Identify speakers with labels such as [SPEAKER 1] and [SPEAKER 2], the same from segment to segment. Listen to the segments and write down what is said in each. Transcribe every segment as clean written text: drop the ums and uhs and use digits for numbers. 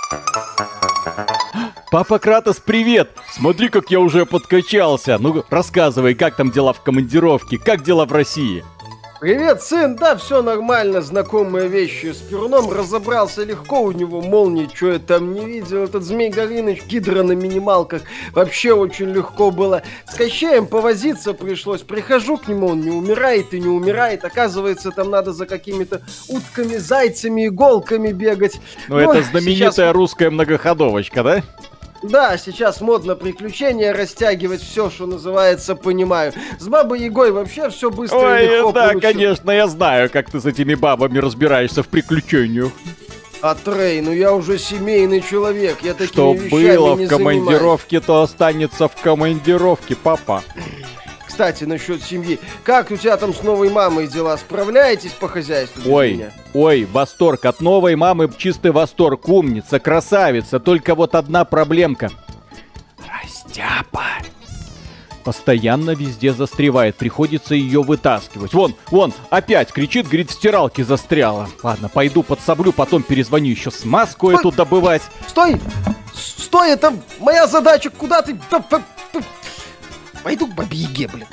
[SPEAKER 1] Папа Кратос, привет! Смотри, как я уже подкачался. Ну, рассказывай, как там дела в командировке, как дела в России?
[SPEAKER 2] Привет, сын, да, все нормально, знакомые вещи. С Перуном разобрался легко, у него молнии, что я там не видел. Этот Змей Горыныч, Гидра на минималках, вообще очень легко было. С Кощеем повозиться пришлось, прихожу к нему, он не умирает и не умирает. Оказывается, там надо за какими-то утками, зайцами, иголками бегать.
[SPEAKER 1] Ну, это знаменитая сейчас... русская многоходовочка, да?
[SPEAKER 2] Да, сейчас модно приключения растягивать, все, что называется, понимаю. С Бабой Ягой вообще все быстро и легко
[SPEAKER 1] да,
[SPEAKER 2] получилось.
[SPEAKER 1] Конечно, я знаю, как ты с этими бабами разбираешься в приключениях.
[SPEAKER 2] Трей, ну я уже семейный человек, я такими
[SPEAKER 1] что
[SPEAKER 2] вещами
[SPEAKER 1] было
[SPEAKER 2] не
[SPEAKER 1] в командировке, то останется в командировке, папа.
[SPEAKER 2] Кстати, насчет семьи. Как у тебя там с новой мамой дела? Справляетесь по хозяйству без меня?
[SPEAKER 1] Ой, восторг от новой мамы, чистый восторг, умница, красавица. Только вот одна проблемка. Растяпа. Постоянно везде застревает, приходится ее вытаскивать. Вон, опять кричит, говорит, в стиралке застряла. Ладно, пойду подсоблю, потом перезвоню, еще смазку эту добывать.
[SPEAKER 2] Стой, это моя задача, куда ты... Пойду к Бабе Яге, блин.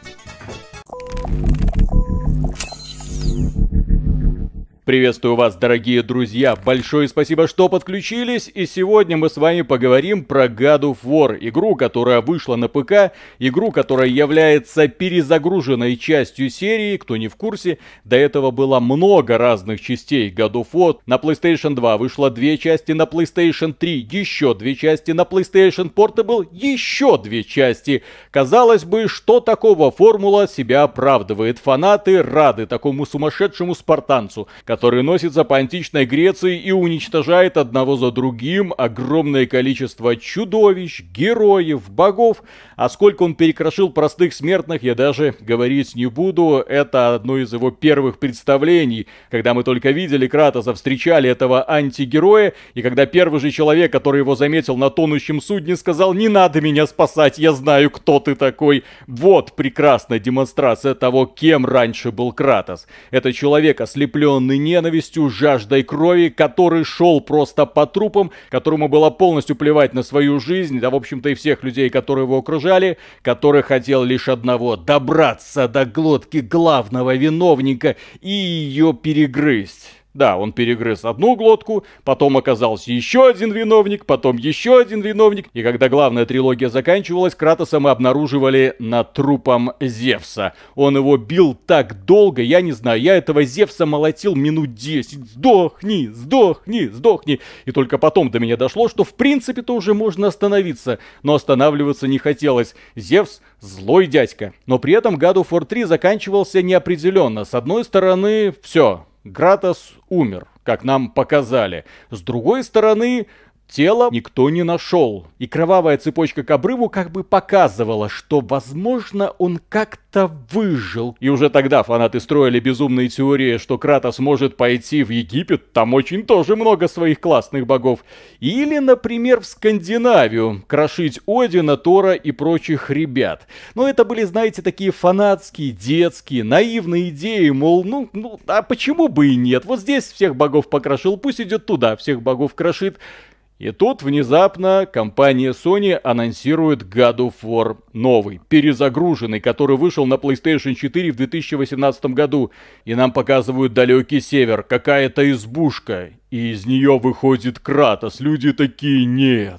[SPEAKER 1] Приветствую вас, дорогие друзья, большое спасибо, что подключились, и сегодня мы с вами поговорим про God of War, игру, которая вышла на ПК, игру, которая является перезагруженной частью серии, кто не в курсе, до этого было много разных частей God of War, на PlayStation 2 вышло 2 части, на PlayStation 3 еще 2 части, на PlayStation Portable еще 2 части. Казалось бы, что такого формула себя оправдывает, фанаты рады такому сумасшедшему спартанцу, который носится по античной Греции и уничтожает одного за другим огромное количество чудовищ, героев, богов. А сколько он перекрошил простых смертных, я даже говорить не буду. Это одно из его первых представлений, когда мы только видели Кратоса, встречали этого антигероя, и когда первый же человек, который его заметил на тонущем судне, сказал: «Не надо меня спасать, я знаю, кто ты такой». Вот прекрасная демонстрация того, кем раньше был Кратос. Это человек, ослепленный ненавистью, жаждой крови, который шел просто по трупам, которому было полностью плевать на свою жизнь, да, в общем-то, и всех людей, которые его окружали, который хотел лишь одного — добраться до глотки главного виновника и ее перегрызть. Да, он перегрыз одну глотку, потом оказался еще один виновник, потом еще один виновник. И когда главная трилогия заканчивалась, Кратоса мы обнаруживали над трупом Зевса. Он его бил так долго, я не знаю, я этого Зевса молотил минут 10. Сдохни, сдохни, сдохни. И только потом до меня дошло, что в принципе-то уже можно остановиться. Но останавливаться не хотелось. Зевс — злой дядька. Но при этом God of War 3 заканчивался неопределенно. С одной стороны, все. Кратос умер, как нам показали. С другой стороны, тело никто не нашел. И кровавая цепочка к обрыву как бы показывала, что, возможно, он как-то выжил. И уже тогда фанаты строили безумные теории, что Кратос может пойти в Египет. Там очень тоже много своих классных богов. Или, например, в Скандинавию. Крошить Одина, Тора и прочих ребят. Но это были, знаете, такие фанатские, детские, наивные идеи. Мол, а почему бы и нет? Вот здесь всех богов покрошил, пусть идет туда, всех богов крошит. И тут внезапно компания Sony анонсирует God of War новый, перезагруженный, который вышел на PlayStation 4 в 2018 году. И нам показывают далекий север, какая-то избушка, и из нее выходит Кратос. Люди такие: нет.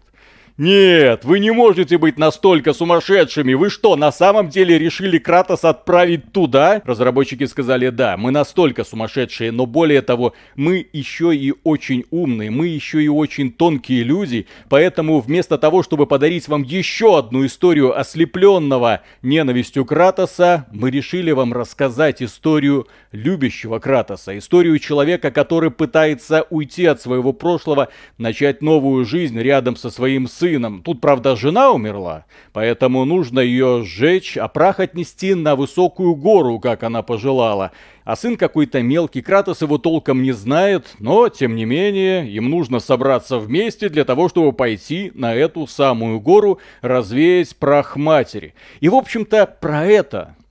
[SPEAKER 1] Нет, вы не можете быть настолько сумасшедшими. Вы что, на самом деле решили Кратоса отправить туда? Разработчики сказали: да, мы настолько сумасшедшие, но более того, мы еще и очень умные, мы еще и очень тонкие люди, поэтому вместо того, чтобы подарить вам еще одну историю ослепленного ненавистью Кратоса, мы решили вам рассказать историю любящего Кратоса, историю человека, который пытается уйти от своего прошлого, начать новую жизнь рядом со своим сыном. Тут, правда, жена умерла, поэтому нужно ее сжечь, а прах отнести на высокую гору, как она пожелала. А сын какой-то мелкий, Кратос его толком не знает, но, тем не менее, им нужно собраться вместе для того, чтобы пойти на эту самую гору, развеять прах матери. И, в общем-то, про это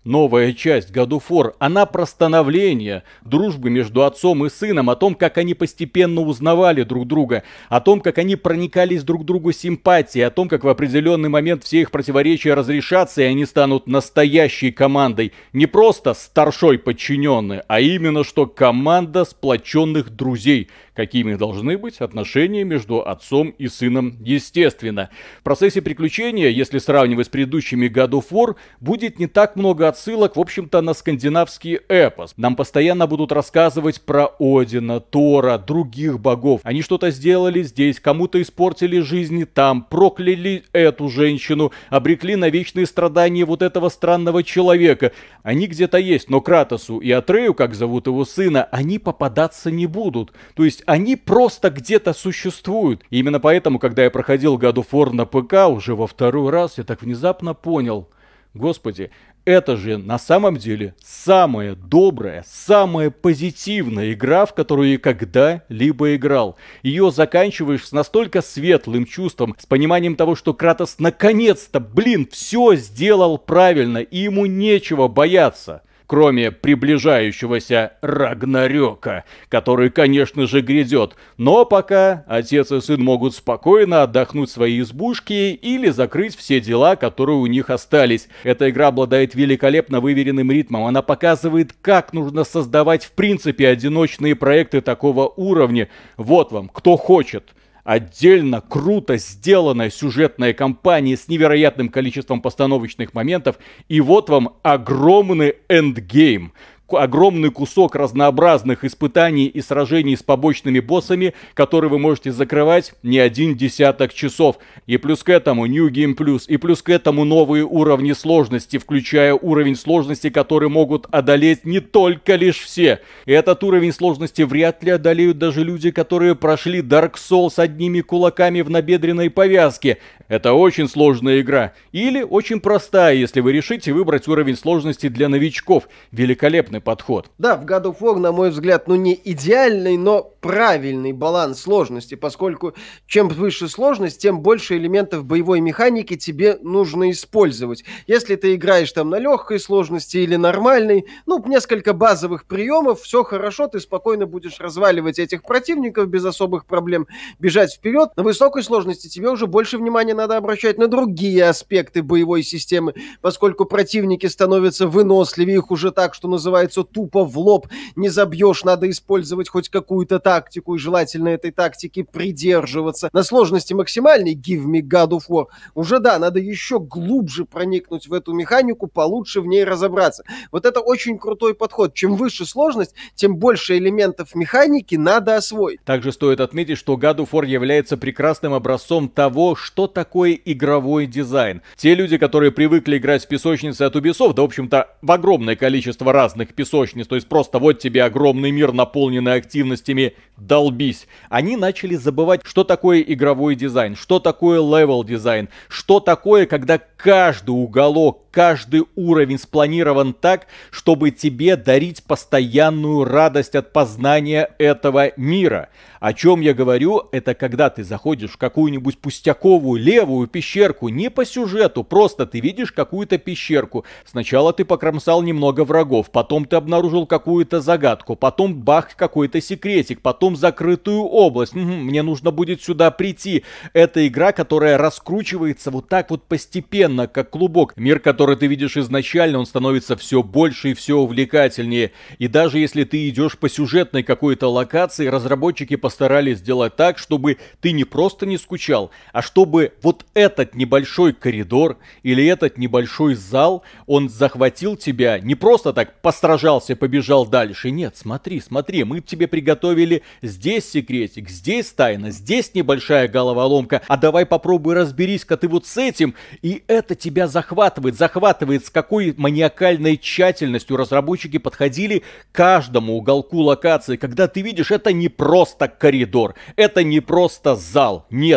[SPEAKER 1] новая часть God of War, она про становление дружбы между отцом и сыном, о том, как они постепенно узнавали друг друга, о том, как они проникались друг к другу симпатией, о том, как в определенный момент все их противоречия разрешатся, и они станут настоящей командой. Не просто старшой подчиненный, а именно что команда сплоченных друзей, какими должны быть отношения между отцом и сыном, естественно. В процессе приключения, если сравнивать с предыдущими God of War, будет не так много отсылок, в общем-то, на скандинавский эпос. Нам постоянно будут рассказывать про Одина, Тора, других богов. Они что-то сделали здесь, кому-то испортили жизни там, прокляли эту женщину, обрекли на вечные страдания вот этого странного человека. Они где-то есть, но Кратосу и Атрею, как зовут его сына, они попадаться не будут. То есть они просто где-то существуют. И именно поэтому, когда я проходил God of War на ПК уже во второй раз, я так внезапно понял: господи, это же на самом деле самая добрая, самая позитивная игра, в которую я когда-либо играл. Ее заканчиваешь с настолько светлым чувством, с пониманием того, что Кратос наконец-то, все сделал правильно, и ему нечего бояться. Кроме приближающегося Рагнарёка, который, конечно же, грядет. Но пока отец и сын могут спокойно отдохнуть в своей избушке или закрыть все дела, которые у них остались. Эта игра обладает великолепно выверенным ритмом. Она показывает, как нужно создавать в принципе одиночные проекты такого уровня. Вот вам, кто хочет. Отдельно круто сделанная сюжетная кампания с невероятным количеством постановочных моментов. И вот вам огромный эндгейм. Огромный кусок разнообразных испытаний и сражений с побочными боссами, которые вы можете закрывать не один десяток часов. И плюс к этому New Game Plus, и плюс к этому новые уровни сложности, включая уровень сложности, который могут одолеть не только лишь все. И этот уровень сложности вряд ли одолеют даже люди, которые прошли Dark Souls одними кулаками в набедренной повязке. Это очень сложная игра. Или очень простая, если вы решите выбрать уровень сложности для новичков. Великолепный подход.
[SPEAKER 2] Да, в God of War, на мой взгляд, не идеальный, но правильный баланс сложности, поскольку чем выше сложность, тем больше элементов боевой механики тебе нужно использовать. Если ты играешь там на легкой сложности или нормальной, несколько базовых приемов, все хорошо, ты спокойно будешь разваливать этих противников без особых проблем, бежать вперед. На высокой сложности тебе уже больше внимания надо обращать на другие аспекты боевой системы, поскольку противники становятся выносливее, их уже так, что называется, тупо в лоб не забьешь, надо использовать хоть какую-то тактику, и желательно этой тактики придерживаться. На сложности максимальной Give me God of War уже, надо еще глубже проникнуть в эту механику, получше в ней разобраться. Вот это очень крутой подход. Чем выше сложность, тем больше элементов механики надо освоить.
[SPEAKER 1] Также стоит отметить, что God of War является прекрасным образцом того, что такое игровой дизайн. Те люди, которые привыкли играть в песочницы от Ubisoft, да, в общем-то, в огромное количество разных песочниц, то есть просто вот тебе огромный мир, наполненный активностями, долбись. Они начали забывать, что такое игровой дизайн, что такое левел дизайн, что такое, когда каждый уголок, каждый уровень спланирован так, чтобы тебе дарить постоянную радость от познания этого мира. О чем я говорю, это когда ты заходишь в какую-нибудь пустяковую левую пещерку, не по сюжету, просто ты видишь какую-то пещерку. Сначала ты покромсал немного врагов, потом ты обнаружил какую-то загадку, потом бах, какой-то секретик, потом закрытую область. Мне нужно будет сюда прийти. Это игра, которая раскручивается вот так вот постепенно, как клубок. Мир, который ты видишь изначально, он становится все больше и все увлекательнее. И даже если ты идешь по сюжетной какой-то локации, разработчики постарались сделать так, чтобы ты не просто не скучал, а чтобы вот этот небольшой коридор или этот небольшой зал, он захватил тебя, не просто так постражался, побежал дальше. Нет, смотри, мы тебе приготовили здесь секретик, здесь тайна, здесь небольшая головоломка, а давай попробуй разберись-ка ты вот с этим, и это тебя захватывает, с какой маниакальной тщательностью разработчики подходили к каждому уголку локации, когда ты видишь, это не просто коридор, это не просто зал, нет.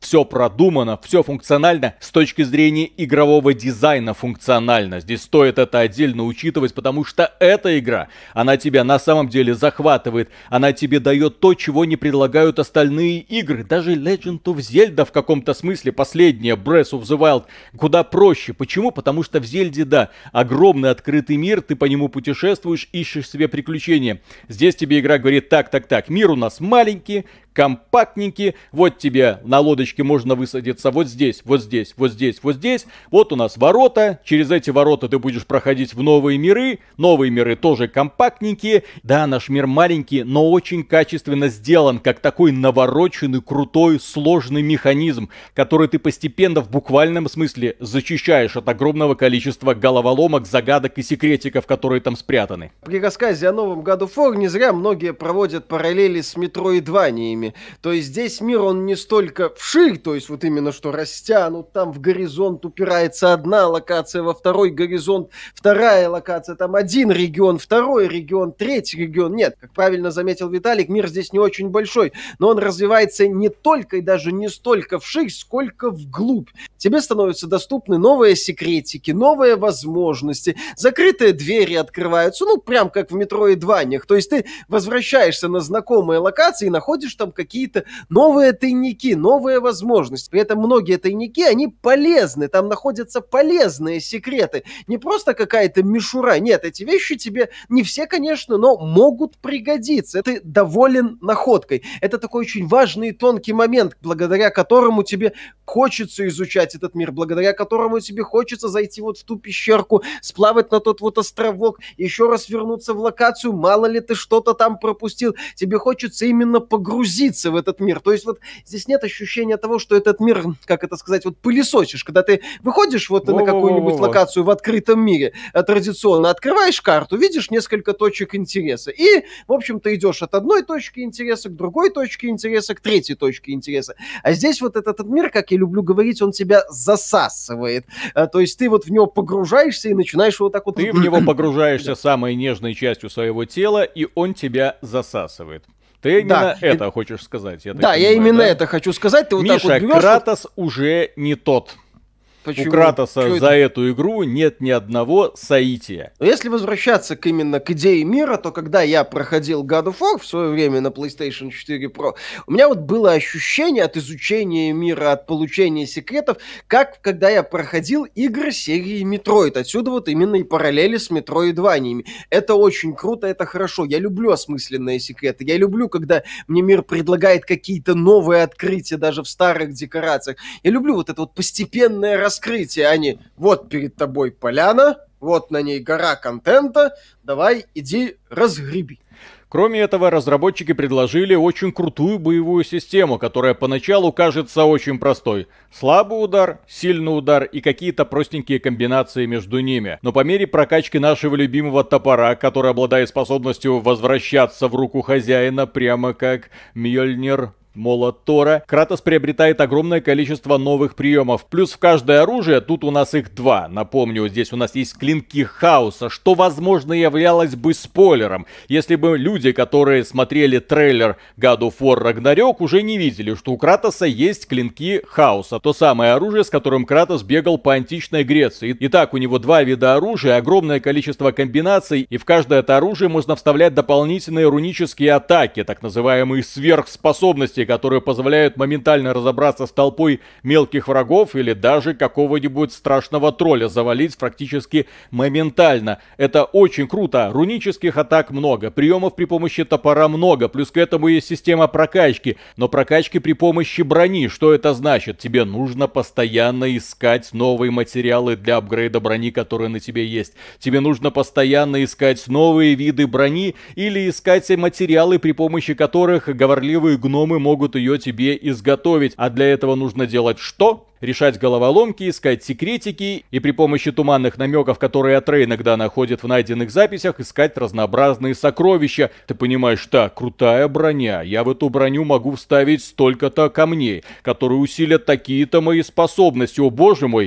[SPEAKER 1] все продумано, все функционально с точки зрения игрового дизайна функционально. Здесь стоит это отдельно учитывать, потому что эта игра, она тебя на самом деле захватывает, она тебе дает то, чего не предлагают остальные игры. Даже Legend of Zelda в каком-то смысле, последняя, Breath of the Wild, куда проще. Почему? Потому что в Зельде, да, огромный открытый мир, ты по нему путешествуешь, ищешь себе приключения. Здесь тебе игра говорит: так, мир у нас маленький, компактненький, вот тебе на лодочке можно высадиться вот здесь, вот здесь, вот здесь, вот здесь. Вот у нас ворота, через эти ворота ты будешь проходить в новые миры тоже компактненькие. Да, наш мир маленький, но очень качественно сделан, как такой навороченный, крутой, сложный механизм, который ты постепенно в буквальном смысле зачищаешь от огромного количества головоломок, загадок и секретиков, которые там спрятаны.
[SPEAKER 2] При рассказе о новом God of War не зря многие проводят параллели с Metroidvania'ями. То есть здесь мир, он не столько вширь, то есть вот именно что растянут, там в горизонт упирается одна локация, во второй горизонт вторая локация, там один регион, второй регион, третий регион. Нет, как правильно заметил Виталик, мир здесь не очень большой, но он развивается не только и даже не столько вширь, сколько вглубь. Тебе становятся доступны новые секретики, новые возможности, закрытые двери открываются, ну прям как в Metroidvania'х. То есть ты возвращаешься на знакомые локации и находишь там какие-то новые тайники, новые возможности. При этом многие тайники, они полезны, там находятся полезные секреты. Не просто какая-то мишура, нет, эти вещи тебе не все, конечно, но могут пригодиться. Ты доволен находкой. Это такой очень важный и тонкий момент, благодаря которому тебе хочется изучать этот мир, благодаря которому тебе хочется зайти вот в ту пещерку, сплавать на тот вот островок, еще раз вернуться в локацию, мало ли ты что-то там пропустил. Тебе хочется именно погрузиться в этот мир. То есть вот здесь нет ощущения того, что этот мир, как это сказать, вот пылесосишь. Когда ты выходишь вот на какую-нибудь локацию в открытом мире, традиционно открываешь карту, видишь несколько точек интереса. И, в общем-то, идешь от одной точки интереса к другой точке интереса, к третьей точке интереса. А здесь вот этот мир, как я люблю говорить, он тебя засасывает. То есть ты вот в него погружаешься и начинаешь вот так вот...
[SPEAKER 1] Ты в него погружаешься самой нежной частью своего тела, и он тебя засасывает. Ты именно это хочешь сказать?
[SPEAKER 2] Я именно это хочу сказать. Ты вот
[SPEAKER 1] Миша,
[SPEAKER 2] так вот берешь,
[SPEAKER 1] Кратос уже не тот.
[SPEAKER 2] Почему?
[SPEAKER 1] У Кратоса за эту игру нет ни одного соития.
[SPEAKER 2] Но если возвращаться именно к идее мира, то когда я проходил God of War в свое время на PlayStation 4 Pro, у меня вот было ощущение от изучения мира, от получения секретов, как когда я проходил игры серии Metroid. Отсюда вот именно и параллели с Metroidvania'ями. Это очень круто, это хорошо. Я люблю осмысленные секреты. Я люблю, когда мне мир предлагает какие-то новые открытия даже в старых декорациях. Я люблю вот это вот постепенное раскрытие, а не вот перед тобой поляна, вот на ней гора контента, давай иди разгреби.
[SPEAKER 1] Кроме этого, разработчики предложили очень крутую боевую систему, которая поначалу кажется очень простой. Слабый удар, сильный удар и какие-то простенькие комбинации между ними. Но по мере прокачки нашего любимого топора, который обладает способностью возвращаться в руку хозяина, прямо как Мьёльнир, молот Тора, Кратос приобретает огромное количество новых приемов. Плюс в каждое оружие, тут у нас их два. Напомню, здесь у нас есть клинки хаоса, что, возможно, являлось бы спойлером, если бы люди, которые смотрели трейлер God of War Ragnarok, уже не видели, что у Кратоса есть клинки хаоса. То самое оружие, с которым Кратос бегал по античной Греции. Итак, у него два вида оружия, огромное количество комбинаций, и в каждое это оружие можно вставлять дополнительные рунические атаки, так называемые сверхспособности, которые позволяют моментально разобраться с толпой мелких врагов или даже какого-нибудь страшного тролля завалить практически моментально. Это очень круто. Рунических атак много, приемов при помощи топора много, плюс к этому есть система прокачки, но прокачки при помощи брони. Что это значит? Тебе нужно постоянно искать новые материалы для апгрейда брони, которые на тебе есть. Тебе нужно постоянно искать новые виды брони или искать материалы, при помощи которых говорливые гномы могут ее тебе изготовить. А для этого нужно делать что? Решать головоломки, искать секретики и при помощи туманных намеков, которые Атрей иногда находит в найденных записях, искать разнообразные сокровища. Ты понимаешь, так, крутая броня, я в эту броню могу вставить столько-то камней, которые усилят такие-то мои способности. О боже мой!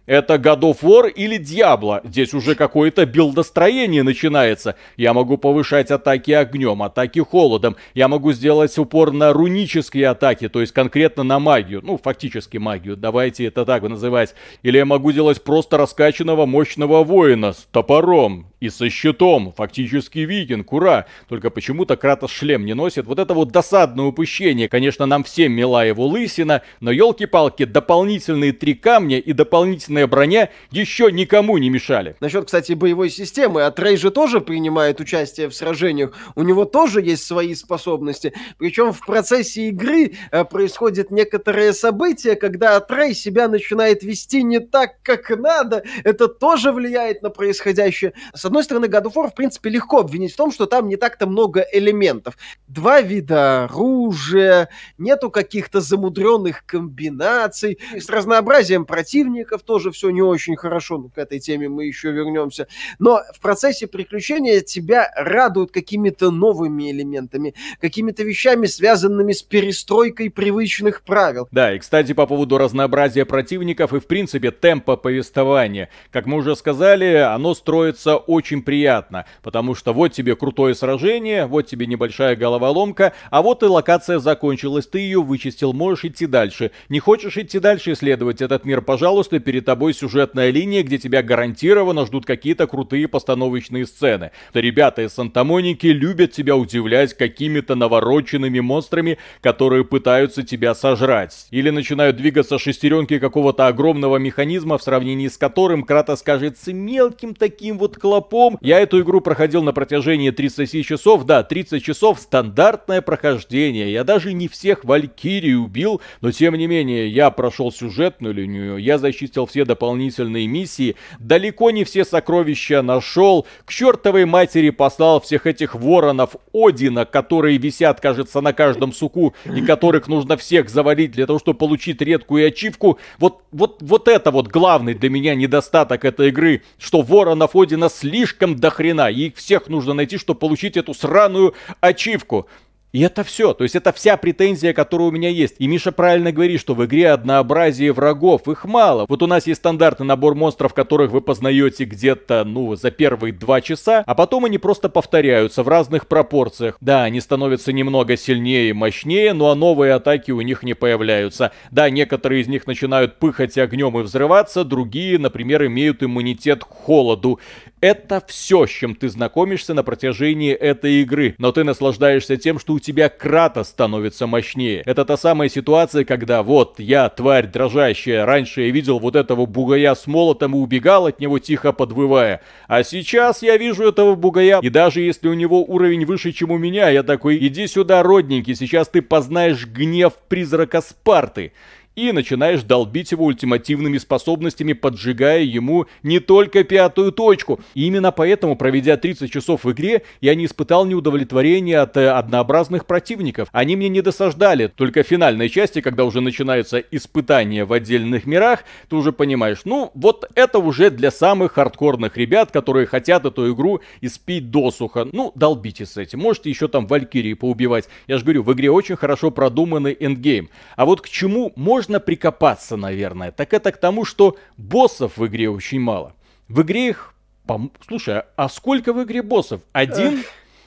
[SPEAKER 1] Это God of War или Diablo? Здесь уже какое-то билдостроение начинается. Я могу повышать атаки огнем, атаки холодом. Я могу сделать упор на рунические атаки, то есть конкретно на магию. Ну, фактически магию, давайте это так называть. Или я могу делать просто раскачанного мощного воина с топором и со щитом. Фактически викинг, ура! Только почему-то Кратос шлем не носит. Вот это вот досадное упущение. Конечно, нам всем мила его лысина, но елки-палки, дополнительные 3 камня и дополнительная броня еще никому не мешали.
[SPEAKER 2] Насчет, кстати, боевой системы. Атрей же тоже принимает участие в сражениях. У него тоже есть свои способности. Причем в процессе игры происходят некоторые события, когда Атрей себя начинает вести не так, как надо. Это тоже влияет на происходящее. С одной стороны, God of War, в принципе, легко обвинить в том, что там не так-то много элементов. 2 вида оружия, нету каких-то замудренных комбинаций. С разнообразием противников тоже все не очень хорошо. Ну, к этой теме мы еще вернемся. Но в процессе приключения тебя радуют какими-то новыми элементами, какими-то вещами, связанными с перестройкой привычных правил.
[SPEAKER 1] Да, и, кстати, по поводу разнообразия противников и, в принципе, темпа повествования. Как мы уже сказали, оно строится очень приятно, потому что вот тебе крутое сражение, вот тебе небольшая головоломка, а вот и локация закончилась, ты ее вычистил, можешь идти дальше. Не хочешь идти дальше исследовать этот мир, пожалуйста, перед тобой сюжетная линия, где тебя гарантированно ждут какие-то крутые постановочные сцены. То ребята из Санта-Моники любят тебя удивлять какими-то навороченными монстрами, которые пытаются тебя сожрать. Или начинают двигаться шестеренки какого-то огромного механизма, в сравнении с которым Кратос кажется мелким таким вот клопом. Я эту игру проходил на протяжении 30 часов. Да, 30 часов стандартное прохождение. Я даже не всех валькирий убил, но тем не менее я прошел сюжетную линию, я зачистил все дополнительные миссии, далеко не все сокровища нашел, к чертовой матери послал всех этих воронов Одина, которые висят, кажется, на каждом суку, и которых нужно всех завалить для того, чтобы получить редкую ачивку. Вот это вот главный для меня недостаток этой игры, что воронов Одина слишком дохрена, и их всех нужно найти, чтобы получить эту сраную ачивку. И это все, то есть это вся претензия, которая у меня есть. И Миша правильно говорит, что в игре однообразие врагов, их мало. Вот у нас есть стандартный набор монстров, которых вы познаете где-то, за первые 2 часа, а потом они просто повторяются в разных пропорциях. Да, они становятся немного сильнее и мощнее, но новые атаки у них не появляются. Да, некоторые из них начинают пыхать огнем и взрываться, другие, например, имеют иммунитет к холоду. Это все, с чем ты знакомишься на протяжении этой игры, но ты наслаждаешься тем, что у тебя Кратос становится мощнее. Это та самая ситуация, когда вот я, тварь дрожащая, раньше я видел вот этого бугая с молотом и убегал от него, тихо подвывая. А сейчас я вижу этого бугая, и даже если у него уровень выше, чем у меня, я такой: иди сюда, родненький, сейчас ты познаешь гнев призрака Спарты. И начинаешь долбить его ультимативными способностями, поджигая ему не только 5-ю точку. И именно поэтому, проведя 30 часов в игре, я не испытал неудовлетворения от однообразных противников. Они мне не досаждали. Только в финальной части, когда уже начинаются испытания в отдельных мирах, ты уже понимаешь, вот это уже для самых хардкорных ребят, которые хотят эту игру испить досуха. Долбите с этим. Можете еще там валькирии поубивать. Я же говорю, в игре очень хорошо продуманный эндгейм. А вот к чему можно прикопаться, наверное, так это к тому, что боссов в игре очень мало. В игре их... Слушай, а сколько в игре боссов? Один?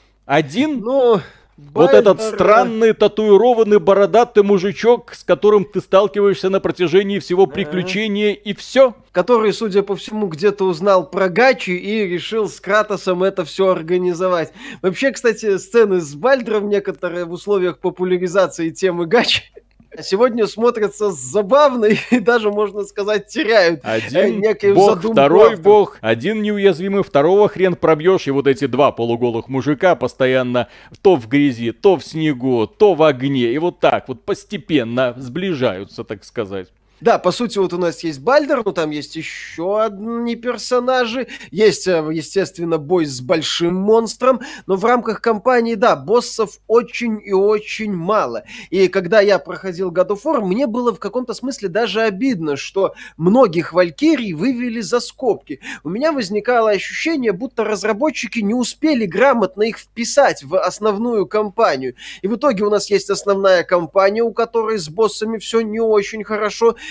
[SPEAKER 1] Вот этот странный, татуированный, бородатый мужичок, с которым ты сталкиваешься на протяжении всего приключения, и все?
[SPEAKER 2] Который, судя по всему, где-то узнал про гачи и решил с Кратосом это все организовать. Вообще, кстати, сцены с Бальдром некоторые в условиях популяризации темы гачи сегодня смотрятся забавно и даже, можно сказать, теряют
[SPEAKER 1] некую бог, задумку. Второй автора. Бог, один неуязвимый, второго хрен пробьешь, и вот эти 2 полуголых мужика постоянно то в грязи, то в снегу, то в огне, и вот так вот постепенно сближаются, так сказать.
[SPEAKER 2] Да, по сути, вот у нас есть Бальдер, там есть еще одни персонажи, есть, естественно, бой с большим монстром, но в рамках кампании, да, боссов очень и очень мало. И когда я проходил God of War, мне было в каком-то смысле даже обидно, что многих валькирий вывели за скобки. У меня возникало ощущение, будто разработчики не успели грамотно их вписать в основную кампанию. И в итоге у нас есть основная кампания, у которой с боссами все не очень хорошо.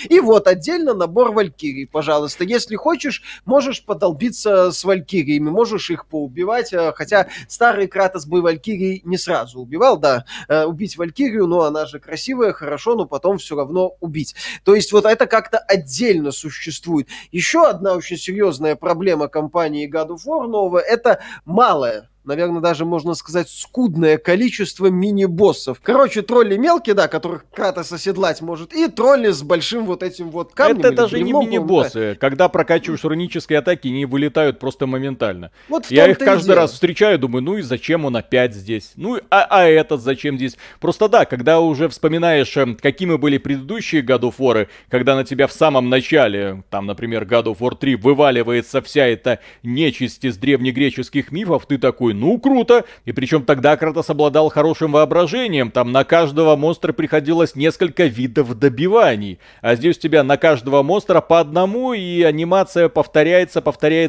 [SPEAKER 2] И вот отдельно набор валькирий, пожалуйста. Если хочешь, можешь подолбиться с валькириями, можешь их поубивать, хотя старый Кратос бы валькирий не сразу убивал, да, убить валькирию, но она же красивая, хорошо, но потом все равно убить. То есть вот это как-то отдельно существует. Еще одна очень серьезная проблема компании God of War нового — это малая, наверное, даже можно сказать, скудное количество мини-боссов. Короче, тролли мелкие, да, которых Кратос оседлать может, и тролли с большим вот этим вот камнем.
[SPEAKER 1] Это даже не мини-боссы. Да. Когда прокачиваешь рунические атаки, они вылетают просто моментально.
[SPEAKER 2] Вот
[SPEAKER 1] я их каждый раз встречаю, думаю, ну и зачем он опять здесь? Ну, а этот зачем здесь? Просто да, когда уже вспоминаешь, какими были предыдущие God of War, когда на тебя в самом начале, там, например, God of War 3, вываливается вся эта нечисть из древнегреческих мифов, ты такой, ну, круто. И причем тогда Кратос обладал хорошим воображением. Там на каждого монстра приходилось несколько видов добиваний. А здесь у тебя на каждого монстра по одному, и анимация повторяется.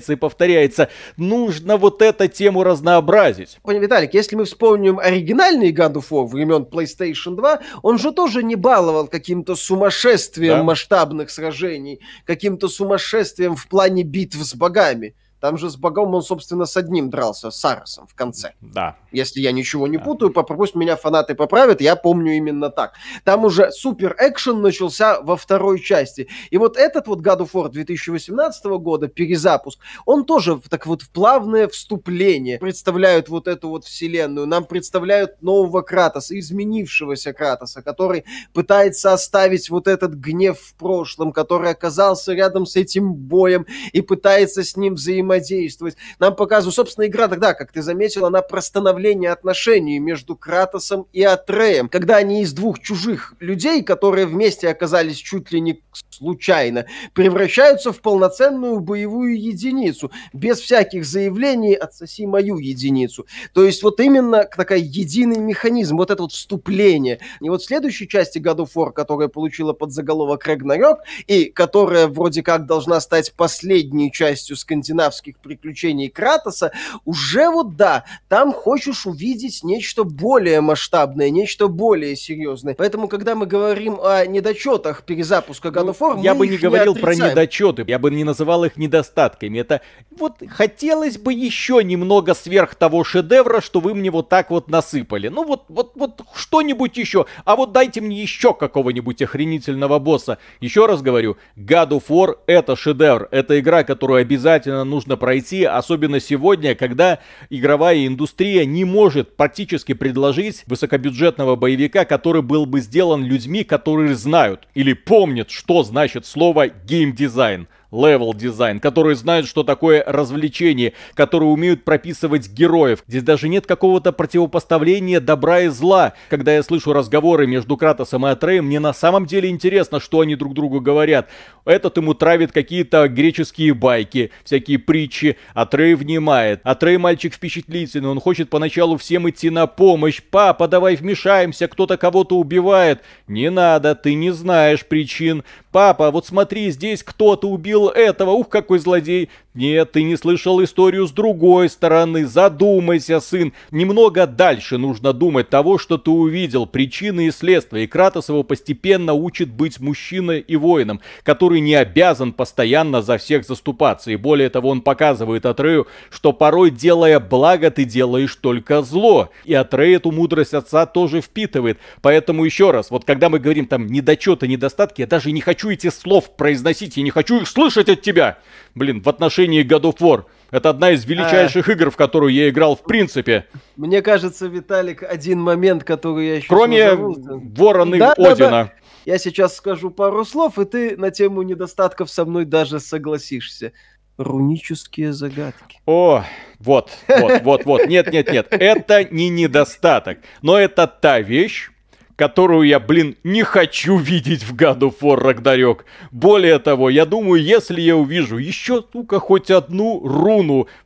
[SPEAKER 1] Нужно вот эту тему разнообразить.
[SPEAKER 2] Виталик, если мы вспомним оригинальный God of War времен PlayStation 2, он же тоже не баловал каким-то сумасшествием масштабных сражений, каким-то сумасшествием в плане битв с богами. Там же с богом он, собственно, с одним дрался, с Аросом в конце.
[SPEAKER 1] Да.
[SPEAKER 2] Если я ничего не путаю, пусть меня фанаты поправят, я помню именно так. Там уже супер-экшен начался во второй части. И вот этот вот God of War 2018 года, перезапуск, он тоже так вот в плавное вступление представляют вот эту вот вселенную. Нам представляют нового Кратоса, изменившегося Кратоса, который пытается оставить вот этот гнев в прошлом, который оказался рядом с этим боем и пытается с ним взаимодействовать. Нам показывают, собственно, игра тогда, как ты заметил, она про становление отношений между Кратосом и Атреем, когда они из двух чужих людей, которые вместе оказались чуть ли не случайно, превращаются в полноценную боевую единицу, без всяких заявлений «отсоси мою единицу». То есть вот именно такой единый механизм, вот это вот вступление. И вот в следующей части God of War, которая получила подзаголовок Рагнарёк, и которая вроде как должна стать последней частью скандинавских приключений Кратоса, уже вот да, там хочешь увидеть нечто более масштабное, нечто более серьезное. Поэтому, когда мы говорим о недочетах перезапуска God of War,
[SPEAKER 1] я бы не говорил про недочеты, я бы не называл их недостатками. Это вот хотелось бы еще немного сверх того шедевра, что вы мне вот так вот насыпали. Ну вот что-нибудь еще. А вот дайте мне еще какого-нибудь охренительного босса. Еще раз говорю, God of War это шедевр. Это игра, которую обязательно нужно пройти, особенно сегодня, когда игровая индустрия не может практически предложить высокобюджетного боевика, который был бы сделан людьми, которые знают или помнят, что значит слово геймдизайн. Левел-дизайн, которые знают, что такое развлечение, которые умеют прописывать героев. Здесь даже нет какого-то противопоставления добра и зла. Когда я слышу разговоры между Кратосом и Атреем, мне на самом деле интересно, что они друг другу говорят. Этот ему травит какие-то греческие байки, всякие притчи. Атрей внимает. Атрей мальчик впечатлительный, он хочет поначалу всем идти на помощь. Папа, давай вмешаемся, кто-то кого-то убивает. Не надо, ты не знаешь причин. Папа, вот смотри, здесь кто-то убил этого, ух, какой злодей. Нет, ты не слышал историю с другой стороны. Задумайся, сын. Немного дальше нужно думать того, что ты увидел, причины и следствия. И Кратос его постепенно учит быть мужчиной и воином, который не обязан постоянно за всех заступаться. И более того, он показывает Атрею, что порой, делая благо, ты делаешь только зло. И Атрей эту мудрость отца тоже впитывает. Поэтому еще раз, вот когда мы говорим там недочеты, недостатки, я даже не хочу эти слов произносить, я не хочу их слышать от тебя. Блин, в отношении God of War. Это одна из величайших игр, в которую я играл в принципе.
[SPEAKER 2] Мне кажется, Виталик, один момент, который я еще
[SPEAKER 1] кроме Ворона Одина. Да.
[SPEAKER 2] Я сейчас скажу пару слов, и ты на тему недостатков со мной даже согласишься. Рунические загадки.
[SPEAKER 1] О, вот. Нет. Это не недостаток. Но это та вещь, которую я, не хочу видеть в God of War Ragnarok. Более того, я думаю, если я увижу еще, сука, хоть одну руну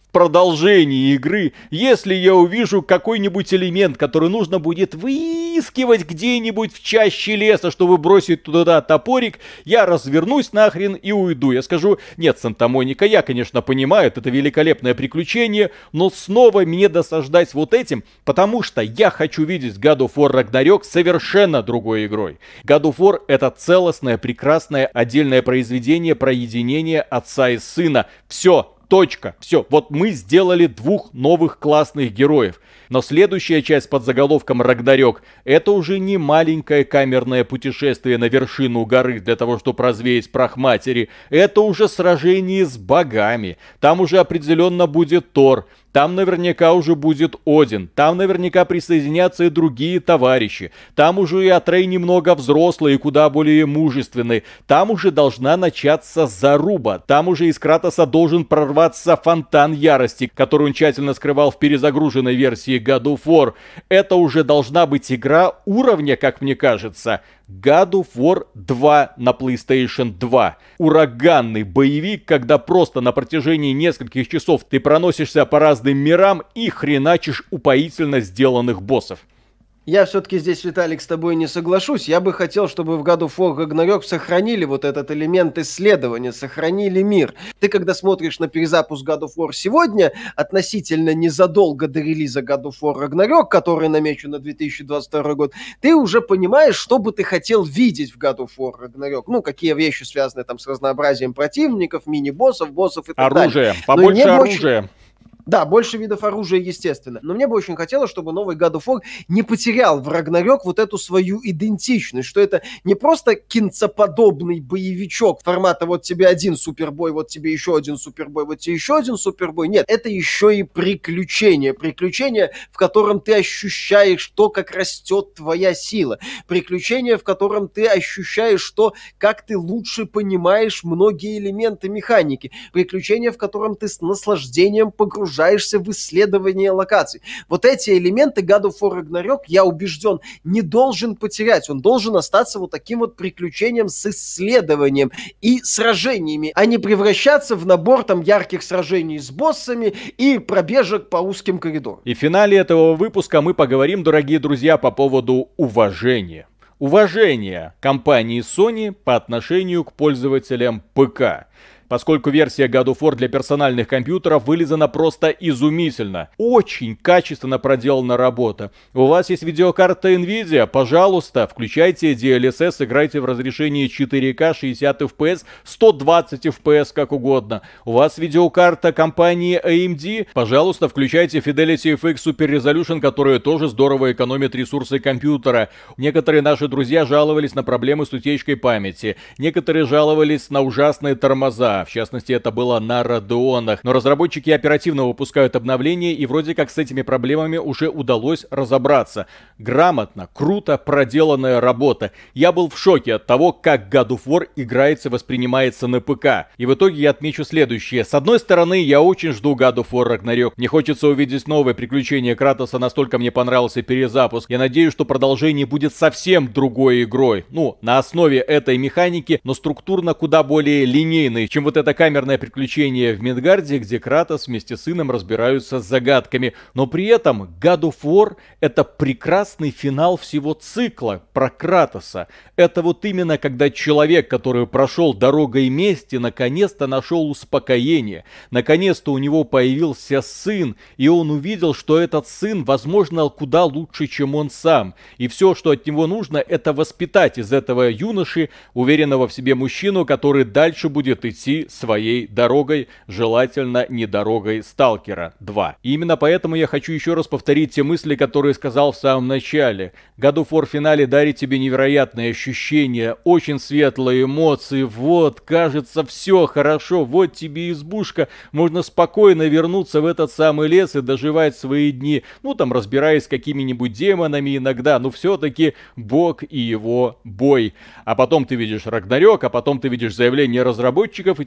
[SPEAKER 1] продолжении игры, если я увижу какой-нибудь элемент, который нужно будет выискивать где-нибудь в чаще леса, чтобы бросить туда топорик, я развернусь нахрен и уйду. Я скажу: нет, Санта-Моника, я, конечно, понимаю, это великолепное приключение, но снова мне досаждать вот этим, потому что я хочу видеть God of War Ragnarok совершенно другой игрой. God of War — это целостное, прекрасное, отдельное произведение про единение отца и сына. Все. Точка. Все. Вот мы сделали двух новых классных героев. Но следующая часть под заголовком «Рагнарёк» — это уже не маленькое камерное путешествие на вершину горы для того, чтобы развеять прах матери. Это уже сражение с богами. Там уже определенно будет Тор. Там наверняка уже будет Один. Там наверняка присоединятся и другие товарищи. Там уже и Атрей немного взрослый и куда более мужественный. Там уже должна начаться заруба. Там уже из Кратоса должен прорваться фонтан ярости, который он тщательно скрывал в перезагруженной версии God of War. Это уже должна быть игра уровня, как мне кажется, God of War 2 на PlayStation 2. Ураганный боевик, когда просто на протяжении нескольких часов ты проносишься по разным мирам и хреначишь упоительно сделанных боссов.
[SPEAKER 2] Я все-таки здесь, Виталик, с тобой не соглашусь. Я бы хотел, чтобы в God of War Ragnarok сохранили вот этот элемент исследования, сохранили мир. Ты, когда смотришь на перезапуск God of War сегодня, относительно незадолго до релиза God of War Ragnarok, который намечен на 2022 год, ты уже понимаешь, что бы ты хотел видеть в God of War Ragnarok. Ну, какие вещи связаны там с разнообразием противников, мини-боссов, боссов и так далее.
[SPEAKER 1] Оружие, побольше оружия.
[SPEAKER 2] Да, больше видов оружия, естественно. Но мне бы очень хотелось, чтобы новый God of War не потерял в Рагнарёк вот эту свою идентичность, что это не просто кинцеподобный боевичок формата вот тебе один супербой, вот тебе еще один супербой, вот тебе еще один супербой. Нет, это еще и приключение. Приключение, в котором ты ощущаешь то, как растет твоя сила. Приключение, в котором ты ощущаешь то, как ты лучше понимаешь многие элементы механики. Приключение, в котором ты с наслаждением погружаешься в исследование локаций. Вот эти элементы God of War Ragnarok, я убежден, не должен потерять. Он должен остаться вот таким вот приключением с исследованием и сражениями, а не превращаться в набор там ярких сражений с боссами и пробежек по узким коридорам.
[SPEAKER 1] И в финале этого выпуска мы поговорим, дорогие друзья, по поводу уважения. Уважение компании Sony по отношению к пользователям ПК. Поскольку версия God of War для персональных компьютеров вылезана просто изумительно. Очень качественно проделана работа. У вас есть видеокарта Nvidia? Пожалуйста, включайте DLSS, играйте в разрешении 4К, 60 FPS, 120 FPS, как угодно. У вас видеокарта компании AMD? Пожалуйста, включайте Fidelity FX Super Resolution, которая тоже здорово экономит ресурсы компьютера. Некоторые наши друзья жаловались на проблемы с утечкой памяти. Некоторые жаловались на ужасные тормоза. В частности, это было на Radeon'ах. Но разработчики оперативно выпускают обновления, и вроде как с этими проблемами уже удалось разобраться. Грамотно, круто проделанная работа. Я был в шоке от того, как God of War играется и воспринимается на ПК. И в итоге я отмечу следующее. С одной стороны, я очень жду God of War Ragnarok. Мне хочется увидеть новое приключение Кратоса, настолько мне понравился перезапуск. Я надеюсь, что продолжение будет совсем другой игрой. Ну, на основе этой механики, но структурно куда более линейной, чем вот это камерное приключение в Мидгарде, где Кратос вместе с сыном разбираются с загадками. Но при этом God of War — это прекрасный финал всего цикла про Кратоса. Это вот именно когда человек, который прошел дорогой мести, наконец-то нашел успокоение. Наконец-то у него появился сын, и он увидел, что этот сын, возможно, куда лучше, чем он сам. И все, что от него нужно, это воспитать из этого юноши уверенного в себе мужчину, который дальше будет идти своей дорогой, желательно не дорогой Сталкера 2. И именно поэтому я хочу еще раз повторить те мысли, которые сказал в самом начале. God of War в финале дарит тебе невероятные ощущения, очень светлые эмоции. Вот, кажется, все хорошо, вот тебе избушка, можно спокойно вернуться в этот самый лес и доживать свои дни. Ну, там, разбираясь с какими-нибудь демонами иногда, но все-таки Бог и его бой. А потом ты видишь Рагнарёк, а потом ты видишь заявление разработчиков, и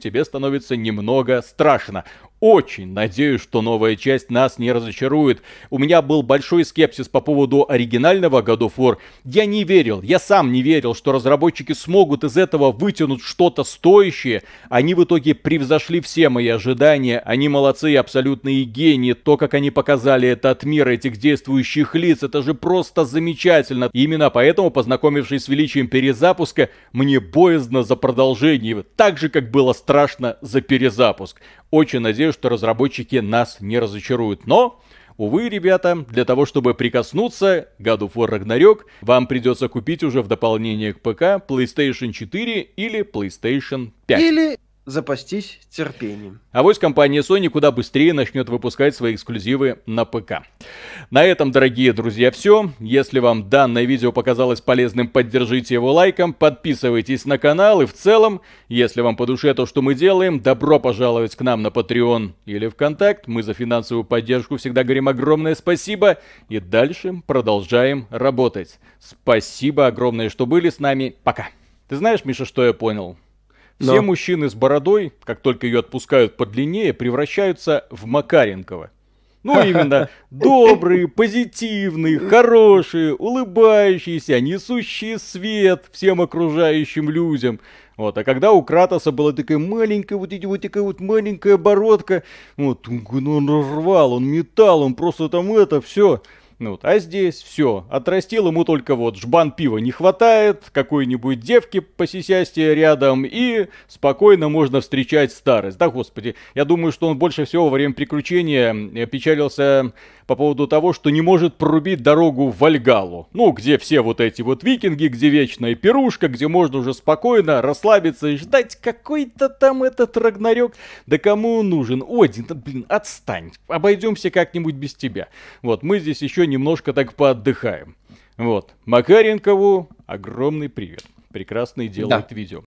[SPEAKER 1] тебе становится немного страшно. Очень надеюсь, что новая часть нас не разочарует. У меня был большой скепсис по поводу оригинального God of War. Я не верил, я сам не верил, что разработчики смогут из этого вытянуть что-то стоящее. Они в итоге превзошли все мои ожидания. Они молодцы, абсолютные гении. То, как они показали этот мир, этих действующих лиц, это же просто замечательно. И именно поэтому, познакомившись с величием перезапуска, мне боязно за продолжение. Так же, как было страшно за перезапуск. Очень надеюсь, что разработчики нас не разочаруют. Но, увы, ребята, для того, чтобы прикоснуться к God of War Ragnarok, вам придется купить уже в дополнение к ПК PlayStation 4 или PlayStation 5.
[SPEAKER 2] Или запастись терпением.
[SPEAKER 1] Авось компания Sony куда быстрее начнет выпускать свои эксклюзивы на ПК. На этом, дорогие друзья, все. Если вам данное видео показалось полезным, поддержите его лайком, подписывайтесь на канал и в целом, если вам по душе то, что мы делаем, добро пожаловать к нам на Patreon или ВКонтакт. Мы за финансовую поддержку всегда говорим огромное спасибо и дальше продолжаем работать. Спасибо огромное, что были с нами. Пока. Ты знаешь, Миша, что я понял? Все мужчины с бородой, как только ее отпускают подлиннее, превращаются в Макаренкова. Ну, именно добрые, позитивные, хорошие, улыбающиеся, несущие свет всем окружающим людям. Вот, а когда у Кратоса была такая маленькая, такая вот маленькая бородка, вот, он рвал, он метал, он просто там это, все. Вот, а здесь все, отрастил ему только вот жбан пива не хватает, какой-нибудь девки посисястее рядом, и спокойно можно встречать старость. Да, господи, я думаю, что он больше всего во время приключения печалился по поводу того, что не может прорубить дорогу в Вальгаллу. Ну, где все вот эти вот викинги, где вечная пирушка, где можно уже спокойно расслабиться и ждать какой-то там этот Рагнарёк. Да кому он нужен? Один, да, блин, отстань, обойдемся как-нибудь без тебя. Вот, мы здесь еще немножко так поотдыхаем. Вот, Макаренкову огромный привет. Прекрасный делает видео.